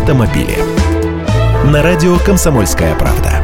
автомобили. На радио «Комсомольская правда».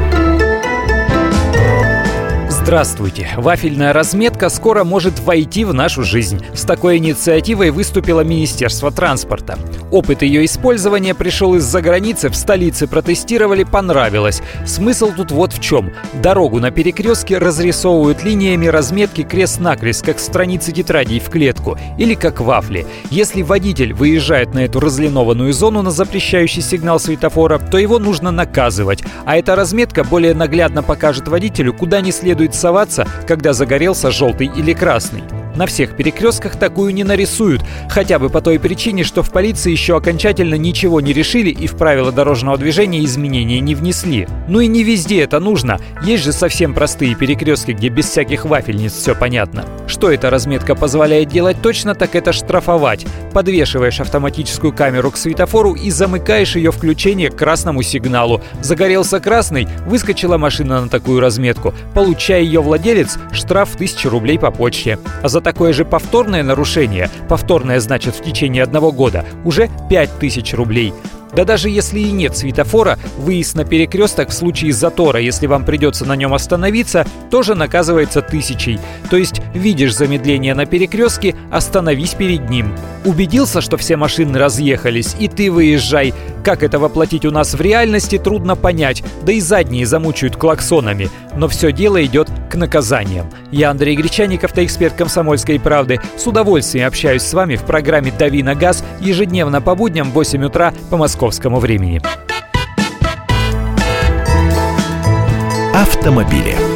Здравствуйте! Вафельная разметка скоро может войти в нашу жизнь. С такой инициативой выступило Министерство транспорта. Опыт ее использования пришел из-за границы, в столице протестировали, понравилось. Смысл тут вот в чем. Дорогу на перекрестке разрисовывают линиями разметки крест-накрест, как страницы тетрадей в клетку, или как вафли. Если водитель выезжает на эту разлинованную зону на запрещающий сигнал светофора, то его нужно наказывать. А эта разметка более наглядно покажет водителю, куда не следует соваться, когда загорелся желтый или красный. На всех перекрестках такую не нарисуют, хотя бы по той причине, что в полиции еще окончательно ничего не решили и в правила дорожного движения изменения не внесли. Ну и не везде это нужно, есть же совсем простые перекрестки, где без всяких вафельниц все понятно. Что эта разметка позволяет делать точно, так это штрафовать. Подвешиваешь автоматическую камеру к светофору и замыкаешь ее включение к красному сигналу. Загорелся красный, выскочила машина на такую разметку. Получая ее владелец, штраф 1000 рублей по почте. А за такое же повторное нарушение, повторное значит в течение 1 года, уже 5000 рублей. Да даже если и нет светофора, выезд на перекресток в случае затора, если вам придется на нем остановиться, тоже наказывается 1000. То есть видишь замедление на перекрестке, остановись перед ним. Убедился, что все машины разъехались, и ты выезжай. Как это воплотить у нас в реальности, трудно понять, да и задние замучают клаксонами. Но все дело идет к наказаниям. Я Андрей Гречаник, автоэксперт «Комсомольской правды». С удовольствием общаюсь с вами в программе «Дави на газ» ежедневно по будням в 8 утра по московскому времени. Автомобили.